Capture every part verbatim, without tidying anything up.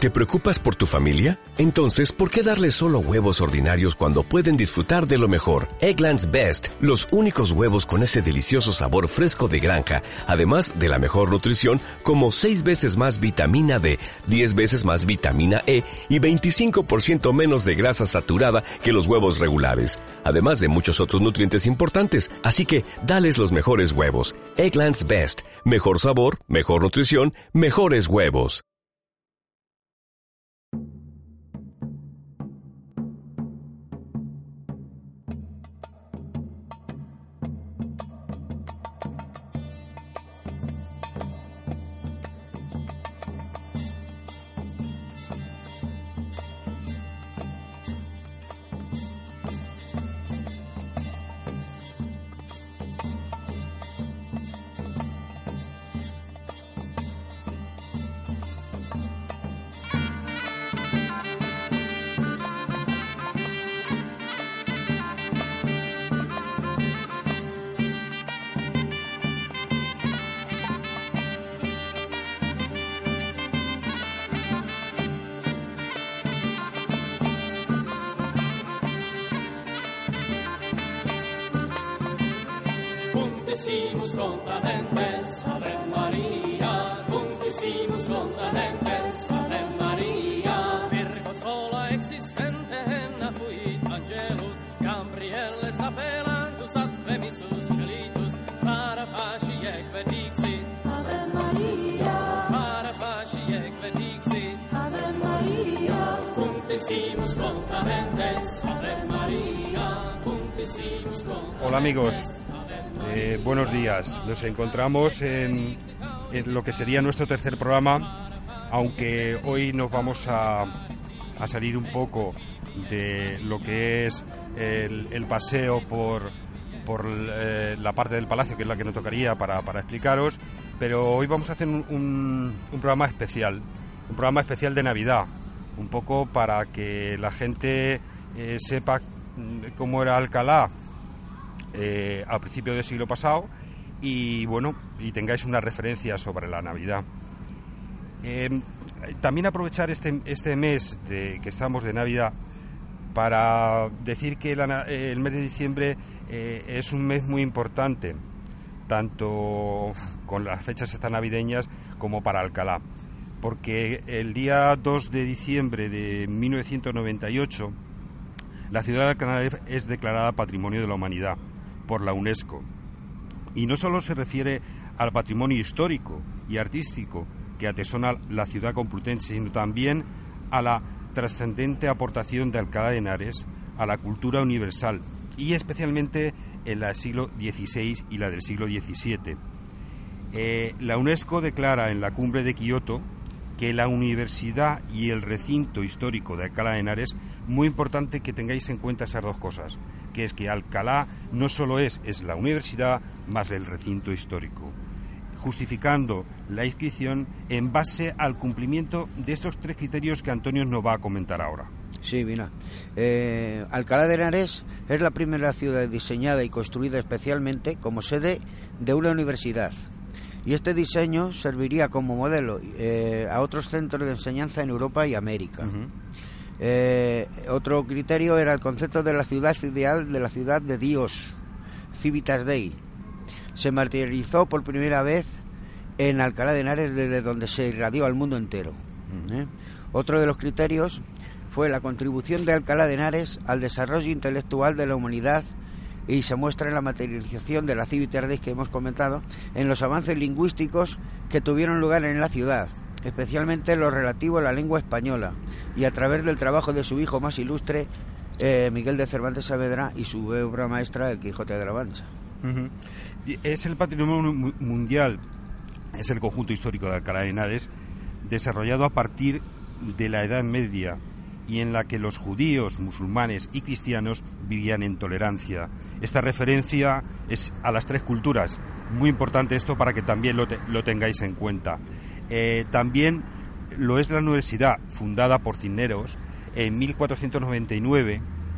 ¿Te preocupas por tu familia? Entonces, ¿por qué darles solo huevos ordinarios cuando pueden disfrutar de lo mejor? Eggland's Best, los únicos huevos con ese delicioso sabor fresco de granja, además de la mejor nutrición, como seis veces más vitamina D, diez veces más vitamina E y veinticinco por ciento menos de grasa saturada que los huevos regulares, además de muchos otros nutrientes importantes. Así que, dales los mejores huevos. Eggland's Best, mejor sabor, mejor nutrición, mejores huevos. Juntísimos continentes, Ave Maria, juntísimos continentes, Ave Maria. Virgo sola existente en afuit angelus, Gabriele sapelantus ad misus celitus, para faci ec dixit, Ave Maria, para faci ec dixit, Ave Maria. Juntísimos continentes, Ave Maria, juntísimos continentes. Hola amigos. Eh, buenos días, nos encontramos en, en lo que sería nuestro tercer programa, aunque hoy nos vamos a, a salir un poco de lo que es el, el paseo por, por eh, la parte del palacio, que es la que nos tocaría para, para explicaros, pero hoy vamos a hacer un, un, un programa especial, un programa especial de Navidad, un poco para que la gente eh, sepa cómo era Alcalá Eh, al principio del siglo pasado y bueno, y tengáis una referencia sobre la Navidad. Eh, también aprovechar este, este mes de, que estamos de Navidad para decir que la, el mes de diciembre eh, es un mes muy importante, tanto con las fechas estas navideñas como para Alcalá, porque el día dos de diciembre de mil novecientos noventa y ocho la ciudad de Alcalá es declarada Patrimonio de la Humanidad por la UNESCO. Y no solo se refiere al patrimonio histórico y artístico que atesora la ciudad complutense, sino también a la trascendente aportación de Alcalá de Henares a la cultura universal, y especialmente en la del siglo dieciséis y la del siglo diecisiete. Eh, la UNESCO declara en la cumbre de Kioto que la universidad y el recinto histórico de Alcalá de Henares, muy importante que tengáis en cuenta esas dos cosas, que es que Alcalá no solo es, es la universidad más el recinto histórico, justificando la inscripción en base al cumplimiento de estos tres criterios que Antonio nos va a comentar ahora. Sí, mira, eh, Alcalá de Henares es la primera ciudad diseñada y construida especialmente como sede de una universidad. Y este diseño serviría como modelo eh, a otros centros de enseñanza en Europa y América. Uh-huh. Eh, otro criterio era el concepto de la ciudad ideal, de la ciudad de Dios, Civitas Dei. Se materializó por primera vez en Alcalá de Henares, desde donde se irradió al mundo entero. Uh-huh. ¿Eh? Otro de los criterios fue la contribución de Alcalá de Henares al desarrollo intelectual de la humanidad, y se muestra en la materialización de la Civitas Dei que hemos comentado, en los avances lingüísticos que tuvieron lugar en la ciudad, especialmente lo relativo a la lengua española, y a través del trabajo de su hijo más ilustre, eh, Miguel de Cervantes Saavedra, y su obra maestra, El Quijote de la Mancha. Uh-huh. Es el patrimonio mundial, es el conjunto histórico de Alcalá de Henares, desarrollado a partir de la Edad Media, y en la que los judíos, musulmanes y cristianos vivían en tolerancia. Esta referencia es a las tres culturas. Muy importante esto para que también lo, te, lo tengáis en cuenta. Eh, también lo es la universidad, fundada por Cisneros en mil cuatrocientos noventa y nueve,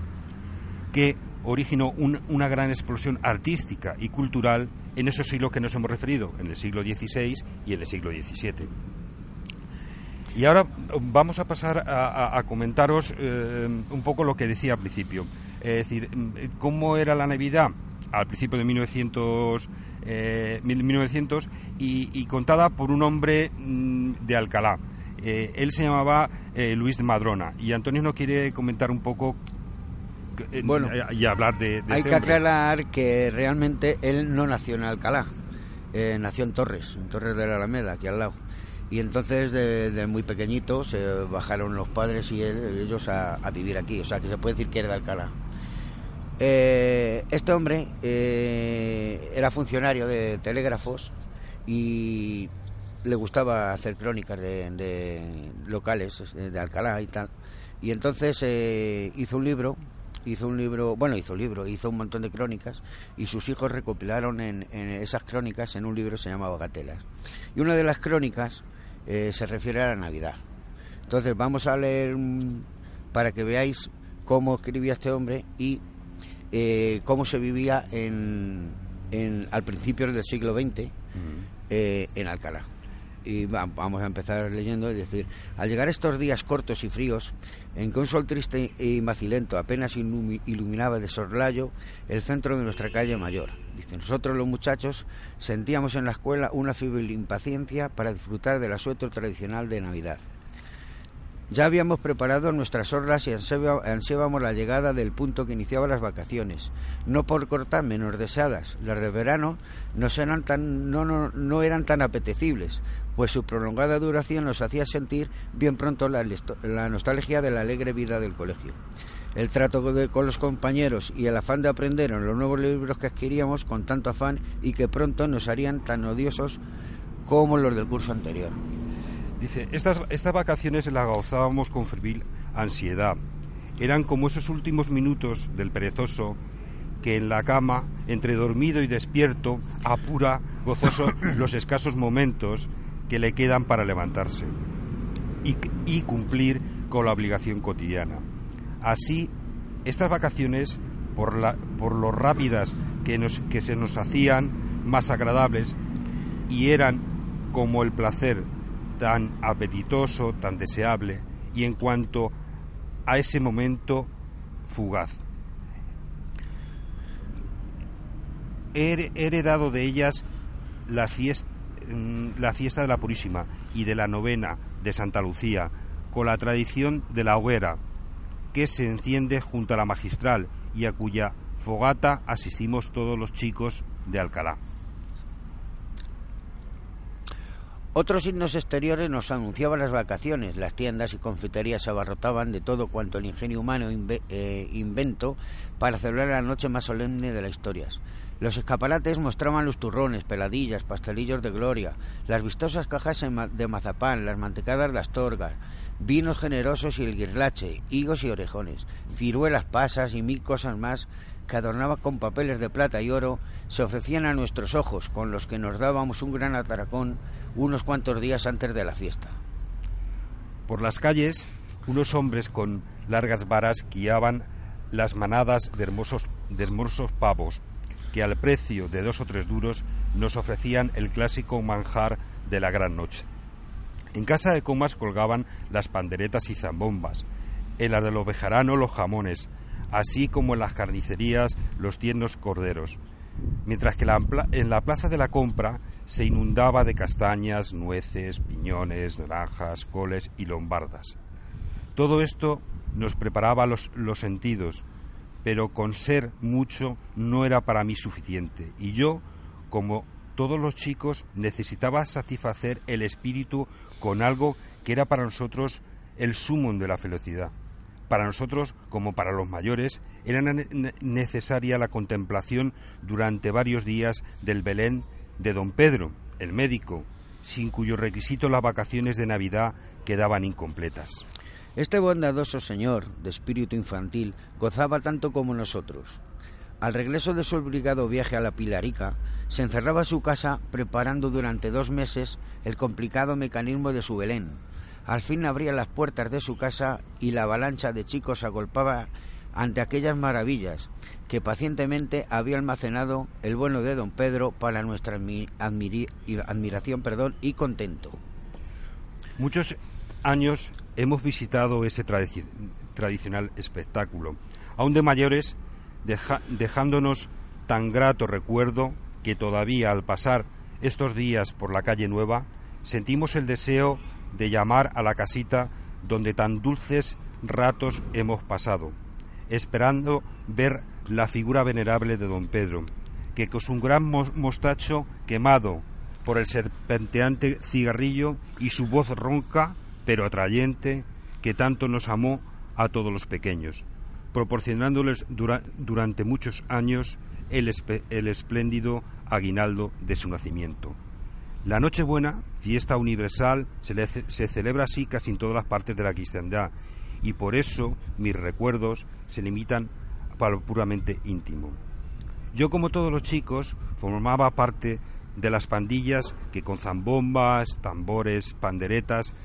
que originó un, una gran explosión artística y cultural en esos siglos que nos hemos referido, en el siglo dieciséis y en el siglo diecisiete. Y ahora vamos a pasar a, a, a comentaros eh, un poco lo que decía al principio. Es decir, cómo era la Navidad al principio de mil novecientos, eh, mil novecientos y, y contada por un hombre mm, de Alcalá. Eh, él se llamaba eh, Luis Madrona, y Antonio nos quiere comentar un poco eh, bueno, y hablar de, de hay este que hombre. aclarar que realmente él no nació en Alcalá, eh, nació en Torres, en Torres de la Alameda, aquí al lado. Y entonces de, de muy pequeñito se bajaron los padres y él, ellos a, a vivir aquí, o sea que se puede decir que era de Alcalá. Eh, este hombre eh, era funcionario de telégrafos y le gustaba hacer crónicas de, de locales de Alcalá y tal, y entonces eh, hizo un libro hizo un libro bueno hizo un libro hizo un montón de crónicas, y sus hijos recopilaron en, en esas crónicas en un libro que se llama Bagatelas, y una de las crónicas eh, se refiere a la Navidad. Entonces vamos a leer um, para que veáis cómo escribía este hombre y eh, cómo se vivía en, en al principio del siglo veinte uh-huh. eh, en Alcalá. Y vamos a empezar leyendo, es decir, al llegar estos días cortos y fríos, en que un sol triste y macilento apenas iluminaba de soslayo el centro de nuestra calle mayor, dice, nosotros los muchachos sentíamos en la escuela una febril impaciencia para disfrutar del asueto tradicional de Navidad. Ya habíamos preparado nuestras orlas y ansiábamos la llegada del punto que iniciaba las vacaciones, no por cortar menos deseadas. Las de verano no eran tan, no, no, no eran tan apetecibles, pues su prolongada duración nos hacía sentir bien pronto la, la nostalgia de la alegre vida del colegio. El trato de, con los compañeros y el afán de aprender en los nuevos libros que adquiríamos con tanto afán y que pronto nos harían tan odiosos como los del curso anterior. Dice, estas, estas vacaciones las gozábamos con febril ansiedad. Eran como esos últimos minutos del perezoso que en la cama, entre dormido y despierto, apura gozoso los escasos momentos que le quedan para levantarse y, y cumplir con la obligación cotidiana. Así, estas vacaciones, por, la, por lo rápidas que, nos, que se nos hacían más agradables, y eran como el placer tan apetitoso, tan deseable, y en cuanto a ese momento fugaz. He heredado de ellas la fiesta, la fiesta de la Purísima y de la novena de Santa Lucía, con la tradición de la hoguera, que se enciende junto a la magistral y a cuya fogata asistimos todos los chicos de Alcalá. Otros signos exteriores nos anunciaban las vacaciones. Las tiendas y confiterías se abarrotaban de todo cuanto el ingenio humano inve, eh, inventó para celebrar la noche más solemne de las historias. Los escaparates mostraban los turrones, peladillas, pastelillos de gloria, las vistosas cajas de mazapán, las mantecadas de astorga, vinos generosos y el guirlache, higos y orejones, ciruelas, pasas y mil cosas más que adornaban con papeles de plata y oro, se ofrecían a nuestros ojos, con los que nos dábamos un gran atracón unos cuantos días antes de la fiesta. Por las calles, unos hombres con largas varas guiaban las manadas de hermosos, de hermosos pavos, que al precio de dos o tres duros nos ofrecían el clásico manjar de la gran noche. En casa de Comas colgaban las panderetas y zambombas, en la de los bejaranos los jamones, así como en las carnicerías los tiernos corderos, mientras que la, en la plaza de la compra se inundaba de castañas, nueces, piñones, naranjas, coles y lombardas. Todo esto nos preparaba los, los sentidos, pero con ser mucho no era para mí suficiente, y yo, como todos los chicos, necesitaba satisfacer el espíritu con algo que era para nosotros el sumum de la felicidad. Para nosotros, como para los mayores, era necesaria la contemplación durante varios días del Belén de don Pedro, el médico, sin cuyo requisito las vacaciones de Navidad quedaban incompletas. Este bondadoso señor, de espíritu infantil, gozaba tanto como nosotros. Al regreso de su obligado viaje a la Pilarica, se encerraba en su casa preparando durante dos meses el complicado mecanismo de su Belén. Al fin abría las puertas de su casa y la avalancha de chicos se agolpaba ante aquellas maravillas que pacientemente había almacenado el bueno de don Pedro para nuestra admiri- admiración perdón, y contento. Muchos años hemos visitado ese tradici- tradicional espectáculo, aún de mayores, deja- dejándonos tan grato recuerdo que todavía al pasar estos días por la calle Nueva sentimos el deseo de llamar a la casita donde tan dulces ratos hemos pasado, esperando ver la figura venerable de don Pedro, que con su gran mostacho quemado por el serpenteante cigarrillo y su voz ronca pero atrayente, que tanto nos amó a todos los pequeños, proporcionándoles dura- durante muchos años el, espe- el espléndido aguinaldo de su nacimiento. La Nochebuena, fiesta universal, se, le, se celebra así casi en todas las partes de la cristiandad, y por eso mis recuerdos se limitan a lo puramente íntimo. Yo, como todos los chicos, formaba parte de las pandillas que con zambombas, tambores, panderetas,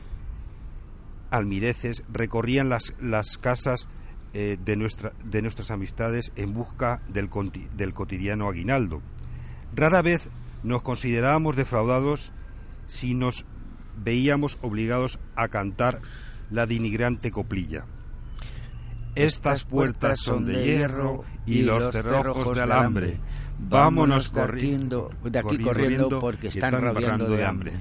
almireces recorrían las, las casas eh, de, nuestra, de nuestras amistades en busca del, conti, del cotidiano aguinaldo. Rara vez nos considerábamos defraudados si nos veíamos obligados a cantar la denigrante coplilla. Estas puertas son de hierro y los cerrojos de alambre. Vámonos corriendo de aquí corriendo porque están rabiando de hambre.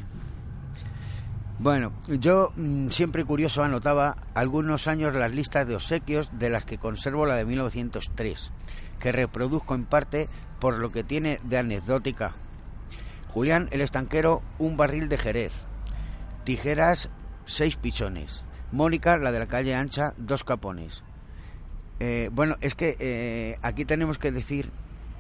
Bueno, yo mmm, siempre curioso anotaba algunos años las listas de obsequios, de las que conservo la de mil novecientos tres, que reproduzco en parte por lo que tiene de anecdótica. Julián el estanquero, un barril de Jerez. Tijeras, seis pichones. Mónica, la de la calle Ancha, dos capones. Eh, bueno, es que eh, aquí tenemos que decir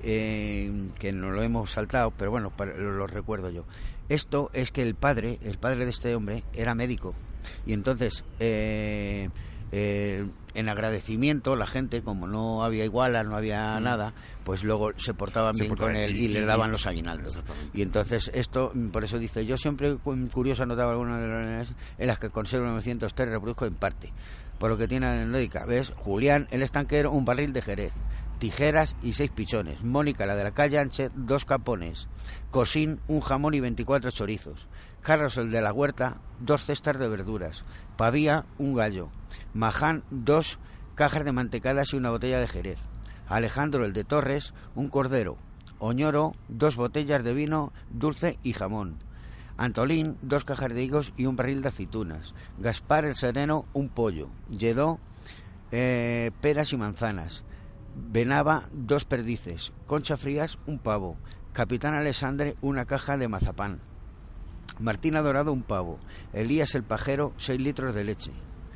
eh, que no lo hemos saltado, pero bueno, lo, lo recuerdo yo. Esto es que el padre, el padre de este hombre, era médico. Y entonces, eh, eh, en agradecimiento, la gente, como no había igualas, no había mm. nada, pues luego se portaban se bien portaban con él y, y le daban y, los aguinaldos. Y entonces esto, por eso dice, yo siempre curioso anotaba algunas de las en las que conservo mil novecientos tres, reproduzco en parte. Por lo que tiene anecdótica, ¿ves? Julián el estanquero, un barril de Jerez. Tijeras y seis pichones. Mónica, la de la calle Anche, dos capones. Cosín, un jamón y veinticuatro chorizos. Carlos, el de la huerta, dos cestas de verduras. Pavía, un gallo. Maján, dos cajas de mantecadas y una botella de Jerez. Alejandro, el de Torres, un cordero. Oñoro, dos botellas de vino dulce y jamón. Antolín, dos cajas de higos y un barril de aceitunas. Gaspar el Sereno, un pollo. Lledó, eh, peras y manzanas. Benava, dos perdices. Concha Frías, un pavo. Capitán Alexandre, una caja de mazapán. Martina Dorado, un pavo. Elías el pajero, seis litros de leche.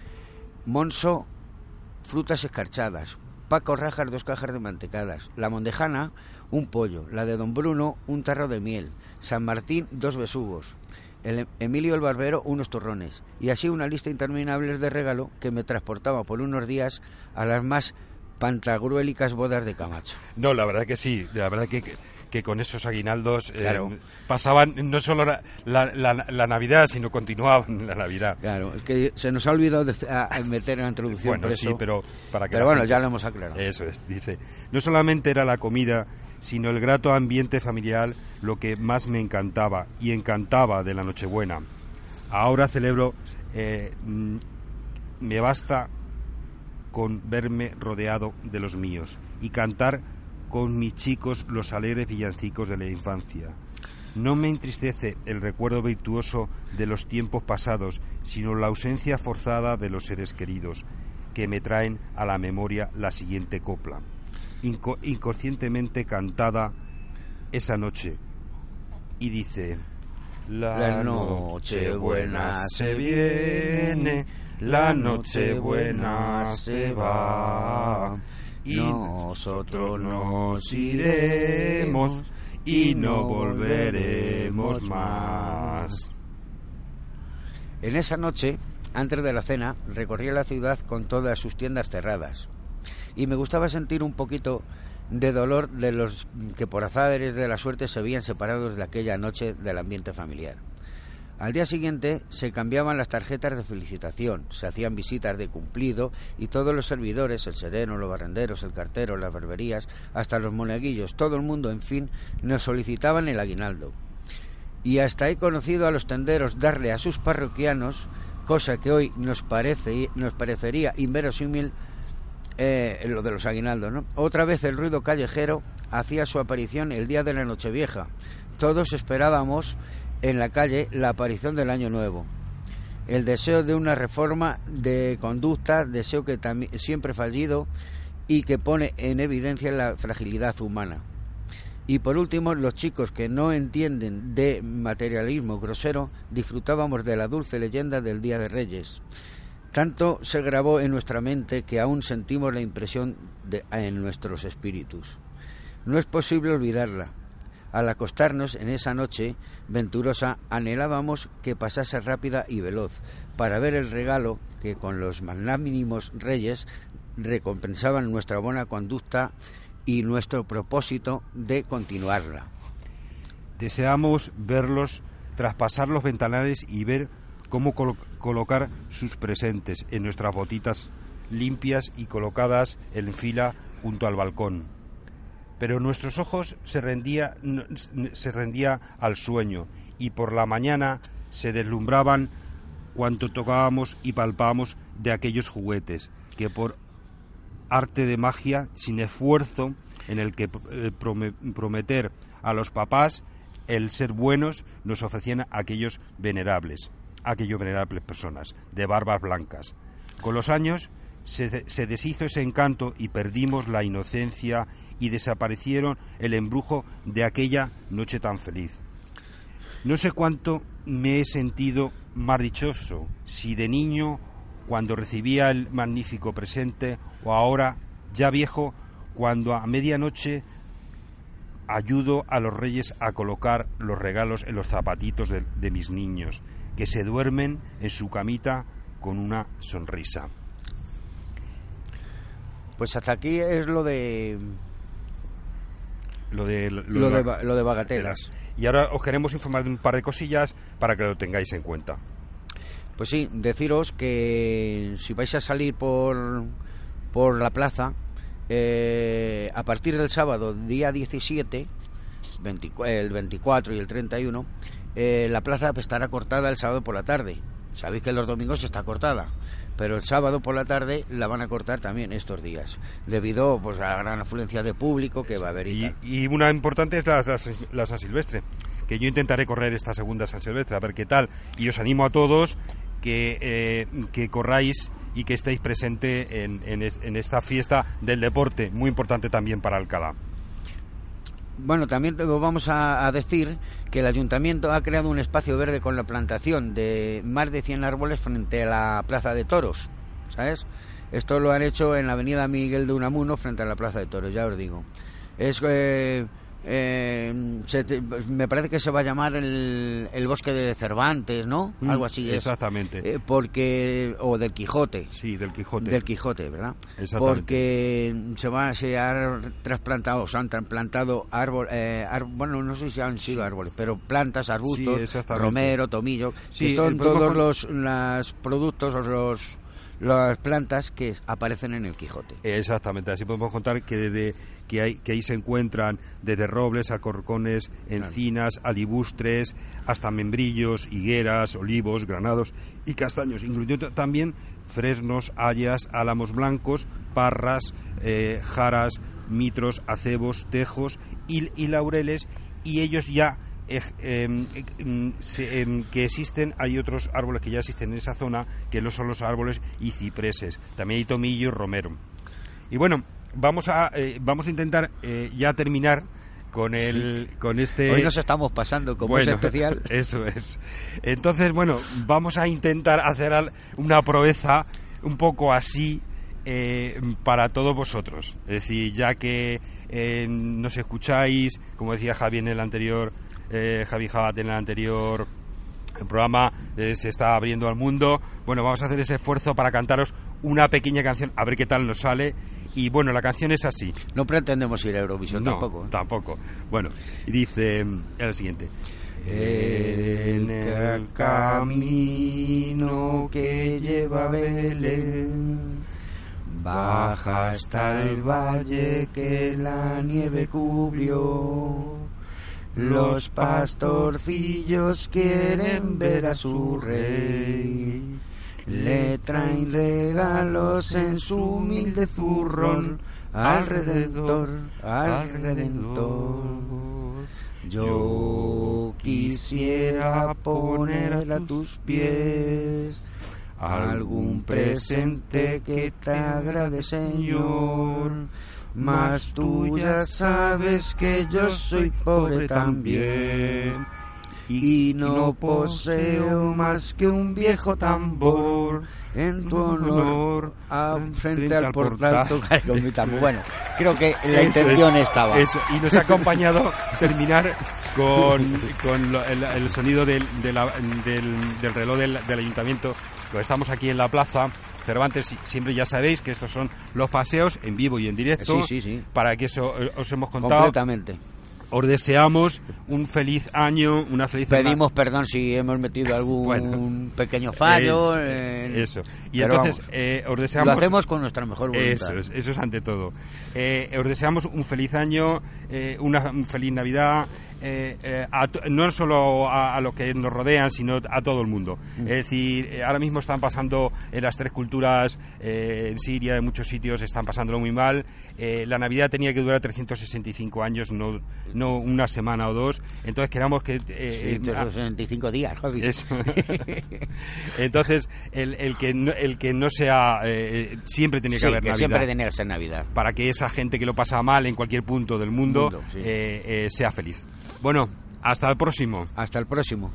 Monso, frutas escarchadas. Paco Rajas, dos cajas de mantecadas. La Mondejana, un pollo. La de Don Bruno, un tarro de miel. San Martín, dos besugos. El Emilio el Barbero, unos turrones. Y así una lista interminable de regalo que me transportaba por unos días a las más pantagruélicas bodas de Camacho. No, la verdad que sí, la verdad que, que, que con esos aguinaldos claro. eh, pasaban no solo la, la, la, la Navidad, sino continuaban la Navidad. Claro, es que se nos ha olvidado de, a, a meter en la introducción. Bueno, sí, eso. pero para que Pero bueno, gente... ya lo hemos aclarado. Eso es, dice, no solamente era la comida, sino el grato ambiente familiar lo que más me encantaba y encantaba de la Nochebuena. Ahora celebro, eh, me basta con verme rodeado de los míos y cantar con mis chicos los alegres villancicos de la infancia. No me entristece el recuerdo virtuoso de los tiempos pasados, sino la ausencia forzada de los seres queridos, que me traen a la memoria la siguiente copla, inco- inconscientemente cantada esa noche, y dice: La noche buena se viene, la noche buena se va, y nosotros nos iremos y no volveremos más. En esa noche, antes de la cena, recorrí la ciudad con todas sus tiendas cerradas y me gustaba sentir un poquito de dolor de los que por azares de la suerte se habían separado de aquella noche del ambiente familiar. Al día siguiente se cambiaban las tarjetas de felicitación, se hacían visitas de cumplido y todos los servidores, el sereno, los barrenderos, el cartero, las barberías, hasta los monaguillos, todo el mundo, en fin, nos solicitaban el aguinaldo. Y hasta he conocido a los tenderos darle a sus parroquianos cosa que hoy nos parece nos parecería inverosímil, eh, lo de los aguinaldos, ¿no? Otra vez el ruido callejero hacía su aparición el día de la Nochevieja. Todos esperábamos en la calle la aparición del Año Nuevo. El deseo de una reforma de conducta, deseo que también siempre fallido y que pone en evidencia la fragilidad humana. Y por último, los chicos que no entienden de materialismo grosero, disfrutábamos de la dulce leyenda del Día de Reyes. Tanto se grabó en nuestra mente que aún sentimos la impresión de, en nuestros espíritus. No es posible olvidarla. Al acostarnos en esa noche venturosa, anhelábamos que pasase rápida y veloz, para ver el regalo que con los magnánimos reyes recompensaban nuestra buena conducta y nuestro propósito de continuarla. Deseamos verlos traspasar los ventanales y ver cómo colo- colocar sus presentes en nuestras botitas limpias y colocadas en fila junto al balcón. Pero nuestros ojos se rendía, se rendía al sueño y por la mañana se deslumbraban cuanto tocábamos y palpábamos de aquellos juguetes que por arte de magia, sin esfuerzo, en el que eh, prometer a los papás el ser buenos, nos ofrecían aquellos venerables, aquellos venerables personas de barbas blancas. Con los años se, se deshizo ese encanto y perdimos la inocencia y desaparecieron el embrujo de aquella noche tan feliz. No sé cuánto me he sentido más dichoso, si de niño, cuando recibía el magnífico presente, o ahora, ya viejo, cuando a medianoche ayudo a los reyes a colocar los regalos en los zapatitos de, de mis niños, que se duermen en su camita con una sonrisa. Pues hasta aquí es lo de... Lo de, lo, lo de, de, lo de bagatelas. Y ahora os queremos informar de un par de cosillas para que lo tengáis en cuenta. Pues sí, deciros que si vais a salir por, por la plaza, eh, a partir del sábado, día diecisiete, el veinticuatro y el treinta y uno, eh, la plaza estará cortada el sábado por la tarde. Sabéis que los domingos está cortada, pero el sábado por la tarde la van a cortar también estos días, debido pues a la gran afluencia de público que va a haber. Y, y, y una importante es la, la, la San Silvestre, que yo intentaré correr esta segunda San Silvestre, a ver qué tal, y os animo a todos que, eh, que corráis y que estéis presentes en, en, en esta fiesta del deporte, muy importante también para Alcalá. Bueno, también vamos a, a decir que el Ayuntamiento ha creado un espacio verde con la plantación de más de cien árboles frente a la Plaza de Toros, ¿sabes? Esto lo han hecho en la avenida Miguel de Unamuno frente a la Plaza de Toros, ya os digo. Es eh, eh, se, me parece que se va a llamar el, el Bosque de Cervantes, ¿no? Mm, Algo así es. Exactamente. Eh, porque o del Quijote. Sí, del Quijote. Del Quijote, ¿verdad? Exactamente. Porque se va se han trasplantado, se han trasplantado árboles, eh, ar, bueno, no sé si han sido árboles, pero plantas, arbustos, sí, romero, tomillo, sí, que son todos con... los, los productos o los las plantas que aparecen en el Quijote. Exactamente, así podemos contar que desde que hay que ahí se encuentran desde robles, alcorcones, encinas, alibustres, hasta membrillos, higueras, olivos, granados y castaños, incluyendo también fresnos, hayas, álamos blancos, parras, eh, jaras, mitros, acebos, tejos y, y laureles, y ellos ya Eh, eh, se, eh, que existen, hay otros árboles que ya existen en esa zona, que no son los árboles y cipreses, también hay tomillo y romero. Y bueno, vamos a eh, vamos a intentar eh, ya terminar con el sí. con este. Hoy nos estamos pasando como bueno, es especial. Eso es. Entonces, bueno, vamos a intentar hacer una proeza un poco así eh, para todos vosotros. Es decir, ya que eh, nos escucháis, como decía Javi en el anterior. Eh, Javi Jabat en el anterior programa, eh, se está abriendo al mundo. Bueno, vamos a hacer ese esfuerzo para cantaros una pequeña canción, a ver qué tal nos sale. Y bueno, la canción es así. No pretendemos ir a Eurovisión, no, tampoco. ¿eh? Tampoco. Bueno, y dice el siguiente: en el camino que lleva a Belén, baja hasta el valle que la nieve cubrió. Los pastorcillos quieren ver a su rey le traen regalos en su humilde zurrón al Redentor, al Redentor. Yo quisiera poner a tus pies algún presente que te agrade, Señor, mas tú ya sabes que yo soy pobre también y no poseo más que un viejo tambor en tu honor a, frente al portal tocaré con mi tambor. Bueno, creo que la eso intención es, estaba eso. Y nos ha acompañado terminar con, con lo, el, el sonido del, de la, del, del reloj del, del ayuntamiento. Estamos aquí en la plaza Cervantes, siempre ya sabéis que estos son los paseos en vivo y en directo. Sí, sí, sí. Para que eso os hemos contado. Completamente. Os deseamos un feliz año, una feliz... Pedimos ma- perdón si hemos metido algún bueno, pequeño fallo. Eh, en... Eso. Y entonces vamos, eh, os deseamos... Lo hacemos con nuestra mejor voluntad. Eso es, eso es ante todo. Eh, os deseamos un feliz año, eh, una un feliz Navidad... Eh, eh, a, no solo a, a los que nos rodean, sino a todo el mundo. Mm. Es decir, eh, ahora mismo están pasando en las tres culturas, eh, en Siria, en muchos sitios, están pasándolo muy mal. Eh, la Navidad tenía que durar trescientos sesenta y cinco años, no, no una semana o dos. Entonces queramos que... Eh, trescientos sesenta y cinco días, Javi. Eso. Entonces, el, el, que no, el que no sea... Eh, siempre tiene que sí, haber que Navidad. siempre tenía que ser Navidad. Para que esa gente que lo pasa mal en cualquier punto del mundo, mundo sí. eh, eh, sea feliz. Bueno, hasta el próximo. Hasta el próximo.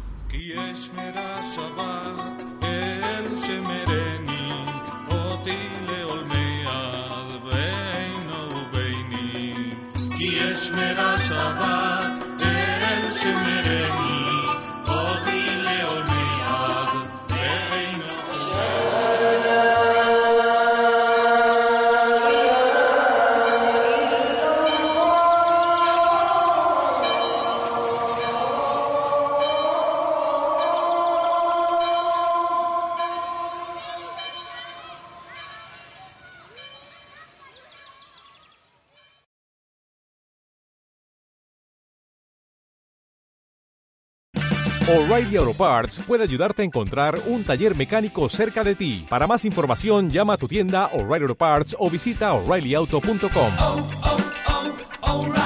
O'Reilly Auto Parts puede ayudarte a encontrar un taller mecánico cerca de ti. Para más información, llama a tu tienda O'Reilly Auto Parts o visita O'Reilly Auto punto com. Oh, oh, oh,